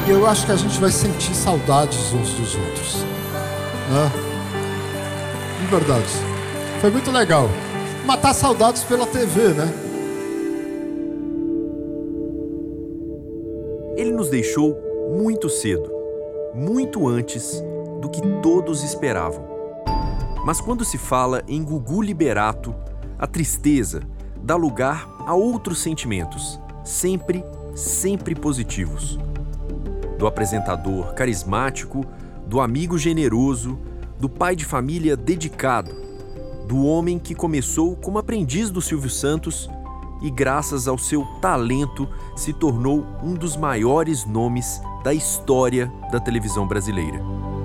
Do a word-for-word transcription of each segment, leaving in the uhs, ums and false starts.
E eu acho que a gente vai sentir saudades uns dos outros, né? De verdade. Foi muito legal. Matar saudades pela T V, né? Ele nos deixou muito cedo, muito antes do que todos esperavam. Mas quando se fala em Gugu Liberato, a tristeza dá lugar a outros sentimentos, sempre, sempre positivos. Do apresentador carismático, do amigo generoso, do pai de família dedicado, do homem que começou como aprendiz do Silvio Santos e, graças ao seu talento, se tornou um dos maiores nomes da história da televisão brasileira.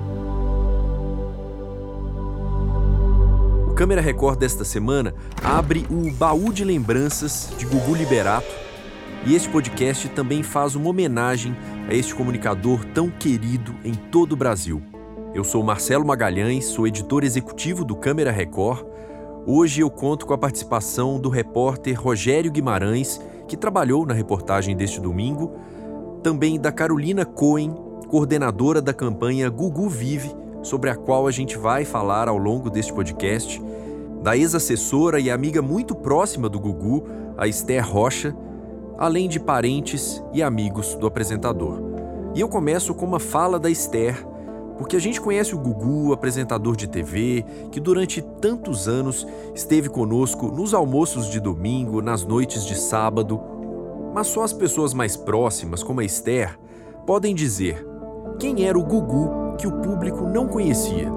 O Câmera Record desta semana abre o baú de lembranças de Gugu Liberato e este podcast também faz uma homenagem a este comunicador tão querido em todo o Brasil. Eu sou Marcelo Magalhães, sou editor executivo do Câmera Record. Hoje eu conto com a participação do repórter Rogério Guimarães, que trabalhou na reportagem deste domingo, também da Carolina Cohen, coordenadora da campanha Gugu Vive, sobre a qual a gente vai falar ao longo deste podcast, da ex-assessora e amiga muito próxima do Gugu, a Esther Rocha, além de parentes e amigos do apresentador. E eu começo com uma fala da Esther, porque a gente conhece o Gugu, apresentador de T V, que durante tantos anos esteve conosco nos almoços de domingo, nas noites de sábado, mas só as pessoas mais próximas, como a Esther, podem dizer quem era o Gugu que o público não conhecia.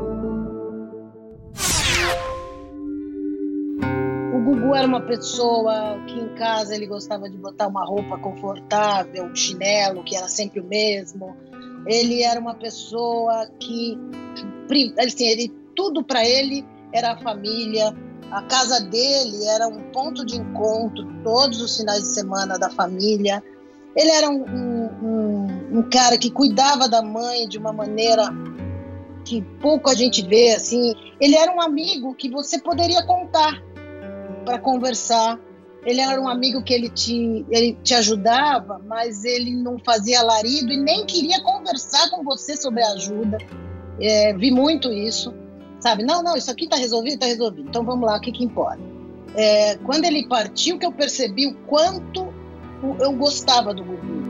O Gugu era uma pessoa que em casa ele gostava de botar uma roupa confortável, um chinelo que era sempre o mesmo. Ele era uma pessoa que, assim, ele, tudo para ele era a família. A casa dele era um ponto de encontro todos os finais de semana da família. Ele era um, um, um, um cara que cuidava da mãe de uma maneira que pouco a gente vê, assim. Ele era um amigo que você poderia contar para conversar. Ele era um amigo que ele te, ele te ajudava, mas ele não fazia alarido e nem queria conversar com você sobre ajuda. É, vi muito isso, sabe? Não, não, isso aqui está resolvido, está resolvido. Então vamos lá, o que, que importa? É, quando ele partiu, que eu percebi o quanto eu gostava do Gugu.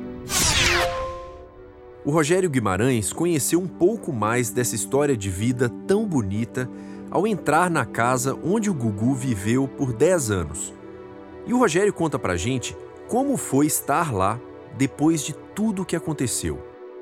O Rogério Guimarães conheceu um pouco mais dessa história de vida tão bonita ao entrar na casa onde o Gugu viveu por dez anos. E o Rogério conta pra gente como foi estar lá depois de tudo o que aconteceu.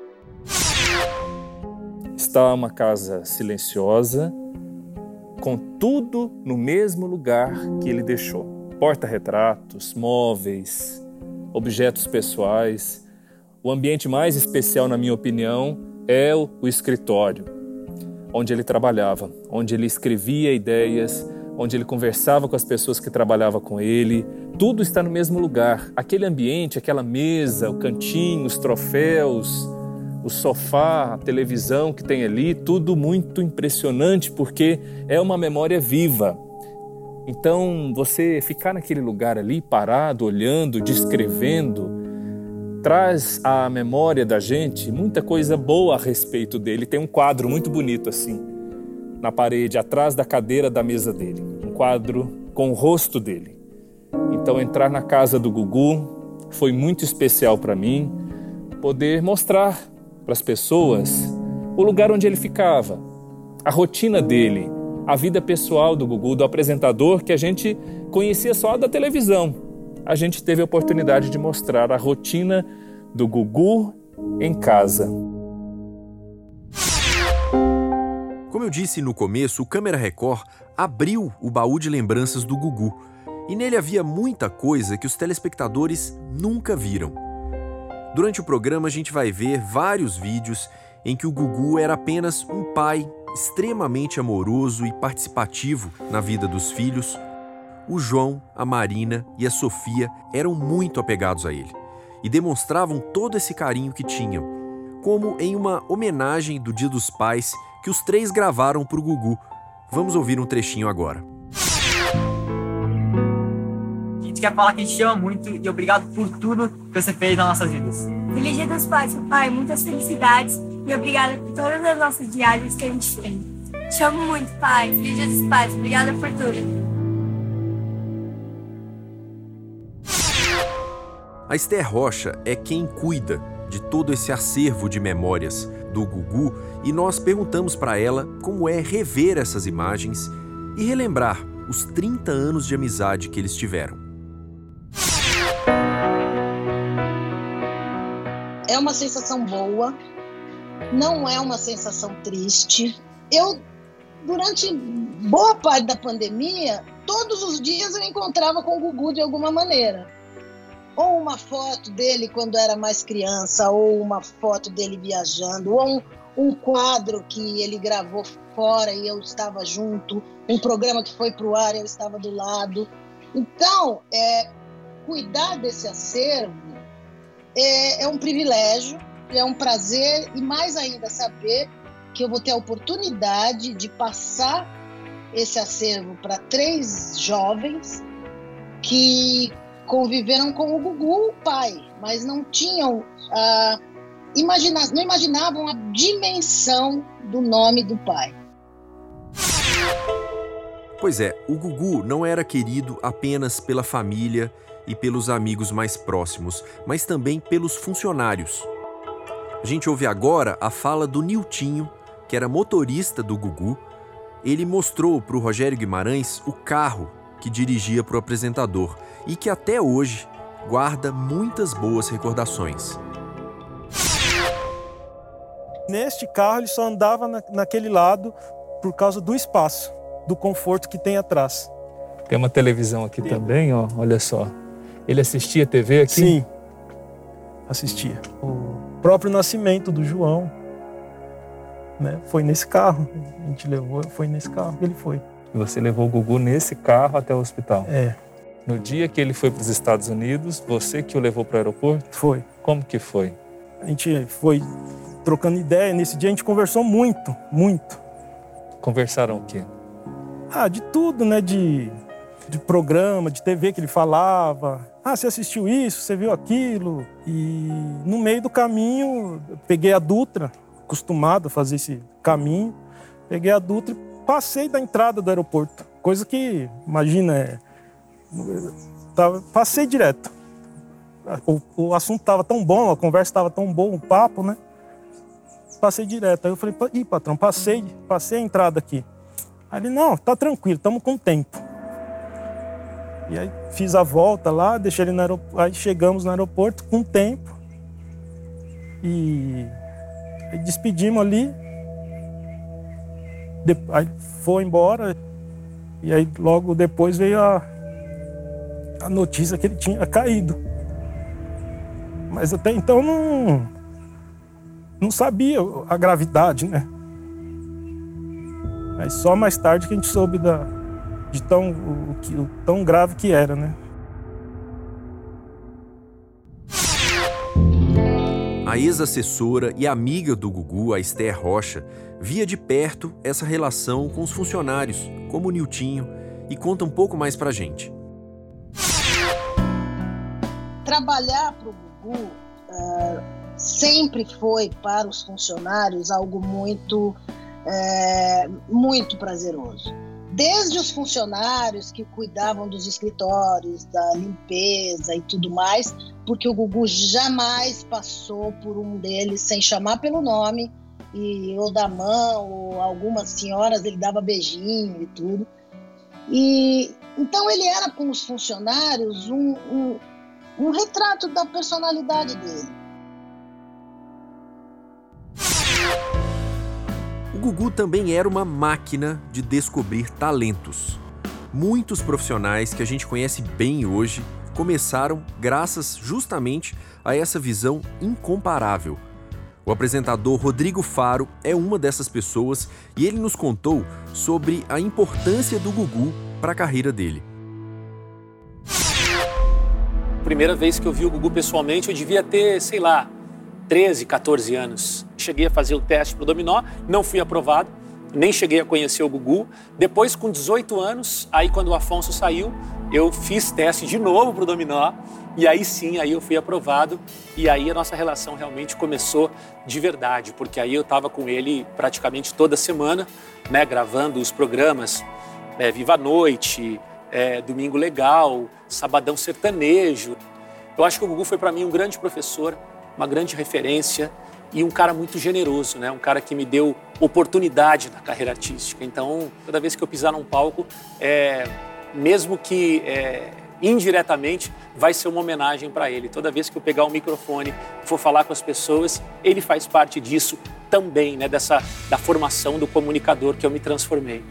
Está uma casa silenciosa, com tudo no mesmo lugar que ele deixou. Porta-retratos, móveis, objetos pessoais. O ambiente mais especial, na minha opinião, é o, o escritório, onde ele trabalhava, onde ele escrevia ideias, onde ele conversava com as pessoas que trabalhavam com ele. Tudo está no mesmo lugar. Aquele ambiente, aquela mesa, o cantinho, os troféus, o sofá, a televisão que tem ali, tudo muito impressionante porque é uma memória viva. Então, você ficar naquele lugar ali, parado, olhando, descrevendo, traz à memória da gente muita coisa boa a respeito dele. Tem um quadro muito bonito assim, na parede, atrás da cadeira da mesa dele. Um quadro com o rosto dele. Então, entrar na casa do Gugu foi muito especial para mim, poder mostrar para as pessoas o lugar onde ele ficava, a rotina dele, a vida pessoal do Gugu, do apresentador que a gente conhecia só da televisão. A gente teve a oportunidade de mostrar a rotina do Gugu em casa. Como eu disse no começo, o Câmera Record abriu o baú de lembranças do Gugu. E nele havia muita coisa que os telespectadores nunca viram. Durante o programa a gente vai ver vários vídeos em que o Gugu era apenas um pai extremamente amoroso e participativo na vida dos filhos. O João, a Marina e a Sofia eram muito apegados a ele e demonstravam todo esse carinho que tinham, como em uma homenagem do Dia dos Pais que os três gravaram para o Gugu. Vamos ouvir um trechinho agora. A gente quer falar que a gente te ama muito e obrigado por tudo que você fez nas nossas vidas. Feliz Dia dos Pais, pai. Muitas felicidades e obrigada por todas as nossas diárias que a gente tem. Te amo muito, pai. Feliz Dia dos Pais. Obrigada por tudo. A Esther Rocha é quem cuida de todo esse acervo de memórias do Gugu e nós perguntamos para ela como é rever essas imagens e relembrar os trinta anos de amizade que eles tiveram. É uma sensação boa, não é uma sensação triste. Eu, durante boa parte da pandemia, todos os dias eu encontrava com o Gugu de alguma maneira. Ou uma foto dele quando era mais criança, ou uma foto dele viajando, ou um, um quadro que ele gravou fora e eu estava junto, um programa que foi para o ar e eu estava do lado. Então, é, cuidar desse acervo é, é um privilégio, é um prazer e mais ainda saber que eu vou ter a oportunidade de passar esse acervo para três jovens que conviveram com o Gugu, o pai, mas não tinham, ah, imagina, não imaginavam a dimensão do nome do pai. Pois é, o Gugu não era querido apenas pela família e pelos amigos mais próximos, mas também pelos funcionários. A gente ouve agora a fala do Niltinho, que era motorista do Gugu. Ele mostrou para o Rogério Guimarães o carro que dirigia para o apresentador e que até hoje guarda muitas boas recordações. Neste carro ele só andava na, naquele lado por causa do espaço, do conforto que tem atrás. Tem uma televisão aqui também, ó, olha só. Ele assistia T V aqui? Sim, assistia. O próprio nascimento do João, né, foi nesse carro. A gente levou, foi nesse carro que ele foi. E você levou o Gugu nesse carro até o hospital? É. No dia que ele foi para os Estados Unidos, você que o levou para o aeroporto? Foi. Como que foi? A gente foi trocando ideia. Nesse dia a gente conversou muito, muito. Conversaram o quê? Ah, de tudo, né? De, de programa, de T V que ele falava. Ah, você assistiu isso, você viu aquilo. E no meio do caminho, eu peguei a Dutra, acostumado a fazer esse caminho. Peguei a Dutra e passei da entrada do aeroporto. Coisa que, imagina, é, tava, passei direto. O, o assunto estava tão bom, a conversa estava tão boa, o papo, né? Passei direto. Aí eu falei, ih, patrão, passei, passei a entrada aqui. Aí ele, não, tá tranquilo, estamos com tempo. E aí fiz a volta lá, deixei ele no aeroporto, aí chegamos no aeroporto com tempo. E aí despedimos ali. De, aí foi embora. E aí logo depois veio a, a notícia que ele tinha caído. Mas até então não, não sabia a gravidade, né? Mas só mais tarde que a gente soube da, de tão, o, o, o tão grave que era, né? A ex-assessora e amiga do Gugu, a Esther Rocha, via de perto essa relação com os funcionários, como o Niltinho, e conta um pouco mais pra gente. Trabalhar para o Gugu uh, sempre foi para os funcionários algo muito, é, muito prazeroso. Desde os funcionários que cuidavam dos escritórios, da limpeza e tudo mais, porque o Gugu jamais passou por um deles sem chamar pelo nome, e, ou da mão, ou algumas senhoras ele dava beijinho e tudo. E, então ele era com os funcionários um, um, um retrato da personalidade dele. O Gugu também era uma máquina de descobrir talentos. Muitos profissionais que a gente conhece bem hoje começaram graças justamente a essa visão incomparável. O apresentador Rodrigo Faro é uma dessas pessoas e ele nos contou sobre a importância do Gugu para a carreira dele. Primeira vez que eu vi o Gugu pessoalmente, eu devia ter, sei lá, treze, quatorze anos. Cheguei a fazer o teste para o dominó, não fui aprovado. nem cheguei a conhecer o Gugu. Depois, com dezoito anos, aí quando o Afonso saiu, eu fiz teste de novo para o dominó. E aí sim, aí eu fui aprovado. E aí a nossa relação realmente começou de verdade. Porque aí eu estava com ele praticamente toda semana, né, gravando os programas é, Viva a Noite, é, Domingo Legal, Sabadão Sertanejo. Eu acho que o Gugu foi para mim um grande professor, uma grande referência e um cara muito generoso, né? Um cara que me deu oportunidade na carreira artística. Então, toda vez que eu pisar num palco, é, mesmo que é, indiretamente, vai ser uma homenagem para ele. Toda vez que eu pegar o microfone e for falar com as pessoas, ele faz parte disso também, né? Dessa, da formação do comunicador que eu me transformei.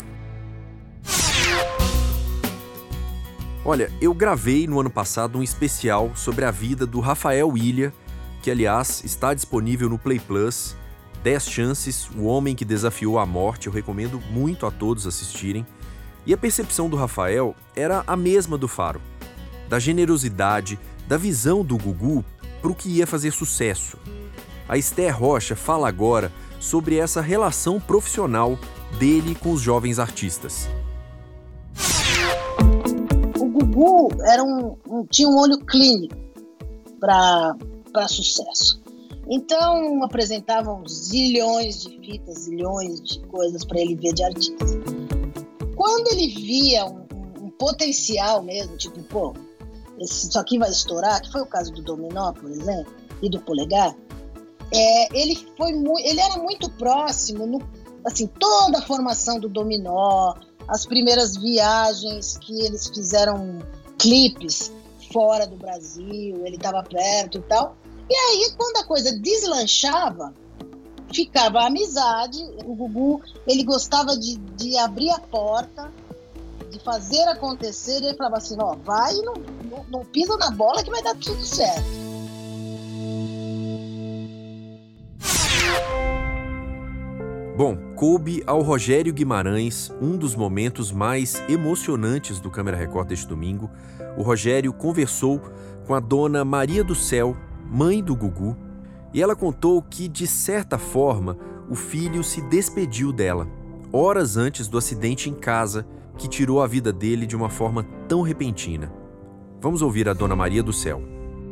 Olha, eu gravei no ano passado um especial sobre a vida do Rafael Ilha, que, aliás, está disponível no Play Plus. dez chances, o homem que desafiou a morte, eu recomendo muito a todos assistirem. E a percepção do Rafael era a mesma do Faro, da generosidade, da visão do Gugu para o que ia fazer sucesso. A Esther Rocha fala agora sobre essa relação profissional dele com os jovens artistas. O Gugu era um, um, tinha um olho clínico para para sucesso. Então, apresentavam zilhões de fitas, zilhões de coisas para ele ver de artista. Quando ele via um, um, um potencial mesmo, tipo, pô, esse, isso aqui vai estourar, que foi o caso do Dominó, por exemplo, e do Polegar, é, ele, foi mu- ele era muito próximo, no, assim, toda a formação do Dominó, as primeiras viagens que eles fizeram clipes fora do Brasil, ele estava perto e tal. E aí, quando a coisa deslanchava, ficava a amizade. O Gugu, ele gostava de, de abrir a porta, de fazer acontecer, e ele falava assim, ó, vai e não, não, não pisa na bola que vai dar tudo certo. Bom, coube ao Rogério Guimarães um dos momentos mais emocionantes do Câmera Record deste domingo. O Rogério conversou com a dona Maria do Céu, mãe do Gugu, e ela contou que, de certa forma, o filho se despediu dela, horas antes do acidente em casa que tirou a vida dele de uma forma tão repentina. Vamos ouvir a dona Maria do Céu.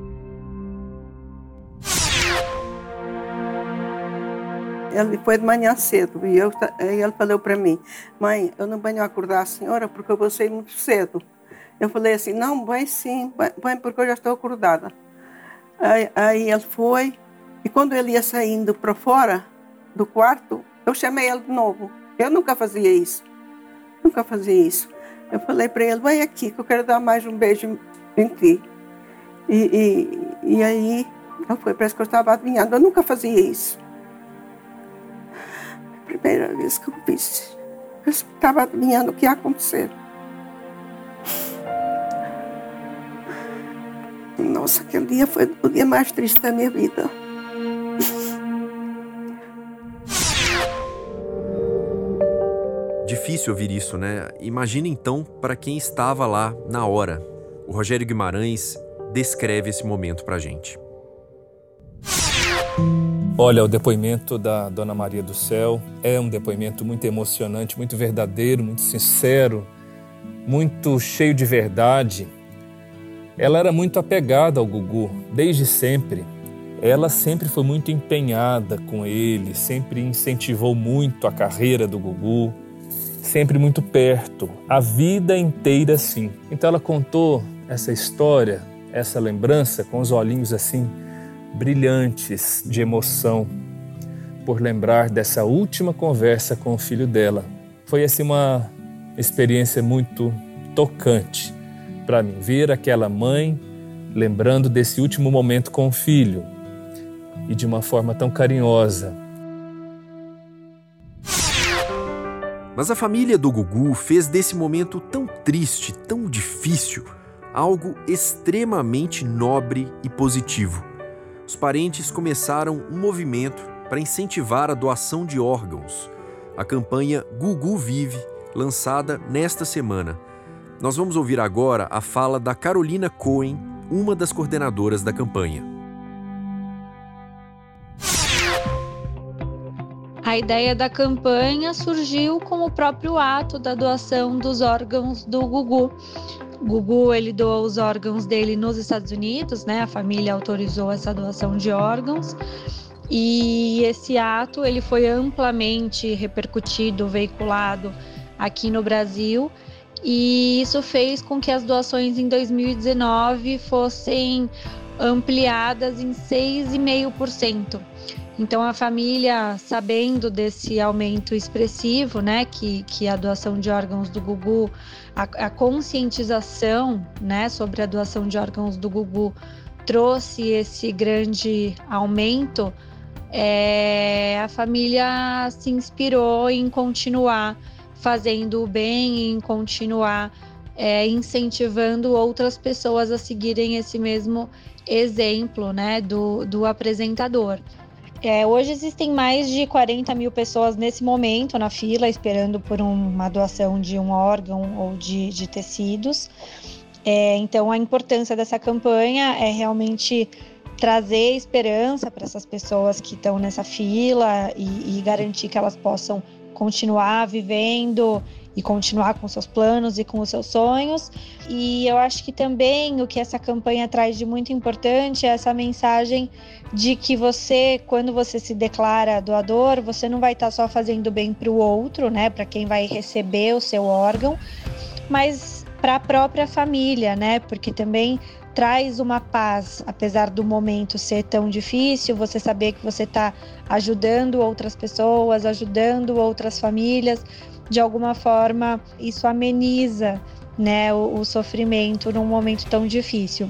Ele foi de manhã cedo e eu, ele falou para mim, mãe, eu não venho acordar a senhora porque eu vou sair muito cedo. Eu falei assim, não, vem sim, vem porque eu já estou acordada. Aí, aí ele foi, e quando ele ia saindo para fora do quarto, eu chamei ele de novo. Eu nunca fazia isso, nunca fazia isso. Eu falei para ele, vem aqui que eu quero dar mais um beijo em ti. E, e, e aí, ele foi, parece que eu estava adivinhando, eu nunca fazia isso. Primeira vez que eu fiz, eu estava adivinhando o que ia acontecer. Nossa, aquele dia foi o dia mais triste da minha vida. Difícil ouvir isso, né? Imagina então para quem estava lá na hora. O Rogério Guimarães descreve esse momento pra gente. Olha, o depoimento da Dona Maria do Céu é um depoimento muito emocionante, muito verdadeiro, muito sincero, muito cheio de verdade. Ela era muito apegada ao Gugu, desde sempre. Ela sempre foi muito empenhada com ele, sempre incentivou muito a carreira do Gugu, sempre muito perto, a vida inteira sim. Então ela contou essa história, essa lembrança com os olhinhos assim, brilhantes de emoção, por lembrar dessa última conversa com o filho dela. Foi assim uma experiência muito tocante para mim, ver aquela mãe lembrando desse último momento com o filho e de uma forma tão carinhosa. Mas a família do Gugu fez desse momento tão triste, tão difícil, algo extremamente nobre e positivo. Os parentes começaram um movimento para incentivar a doação de órgãos, a campanha Gugu Vive, lançada nesta semana. Nós vamos ouvir agora a fala da Carolina Cohen, uma das coordenadoras da campanha. A ideia da campanha surgiu com o próprio ato da doação dos órgãos do Gugu. O Gugu, ele doou os órgãos dele nos Estados Unidos, né? A família autorizou essa doação de órgãos. E esse ato, ele foi amplamente repercutido, veiculado aqui no Brasil. E isso fez com que as doações em dois mil e dezenove fossem ampliadas em seis vírgula cinco por cento. Então a família, sabendo desse aumento expressivo, né, que, que a doação de órgãos do Gugu, a, a conscientização, né, sobre a doação de órgãos do Gugu trouxe esse grande aumento, é, a família se inspirou em continuar fazendo o bem, em continuar é, incentivando outras pessoas a seguirem esse mesmo exemplo, né, do, do apresentador. É, hoje existem mais de quarenta mil pessoas nesse momento na fila, esperando por um, uma doação de um órgão ou de, de tecidos. É, então, a importância dessa campanha é realmente trazer esperança para essas pessoas que estão nessa fila e, e garantir que elas possam continuar vivendo e continuar com seus planos e com os seus sonhos. E eu acho que também o que essa campanha traz de muito importante é essa mensagem de que você, quando você se declara doador, você não vai estar só fazendo bem para o outro, né, para quem vai receber o seu órgão, mas para a própria família, né, porque também traz uma paz, apesar do momento ser tão difícil, você saber que você está ajudando outras pessoas, ajudando outras famílias. De alguma forma, isso ameniza, né, o, o sofrimento num momento tão difícil.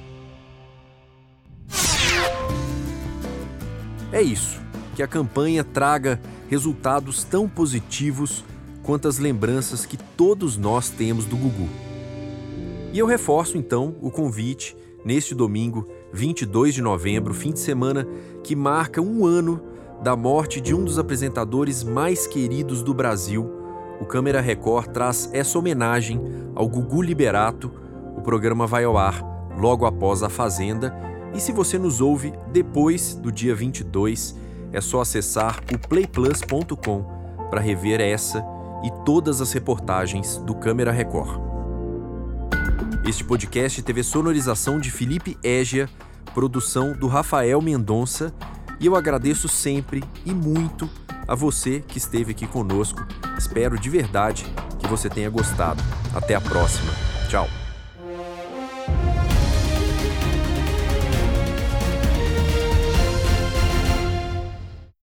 É isso, que a campanha traga resultados tão positivos quanto as lembranças que todos nós temos do Gugu. E eu reforço então o convite neste domingo, vinte e dois de novembro, fim de semana que marca um ano da morte de um dos apresentadores mais queridos do Brasil. O Câmera Record traz essa homenagem ao Gugu Liberato. O programa vai ao ar logo após A Fazenda. E se você nos ouve depois do dia vinte e dois, é só acessar o play plus ponto com para rever essa e todas as reportagens do Câmera Record. Este podcast teve sonorização de Felipe Égia, produção do Rafael Mendonça, e eu agradeço sempre e muito a você que esteve aqui conosco. Espero de verdade que você tenha gostado. Até a próxima. Tchau.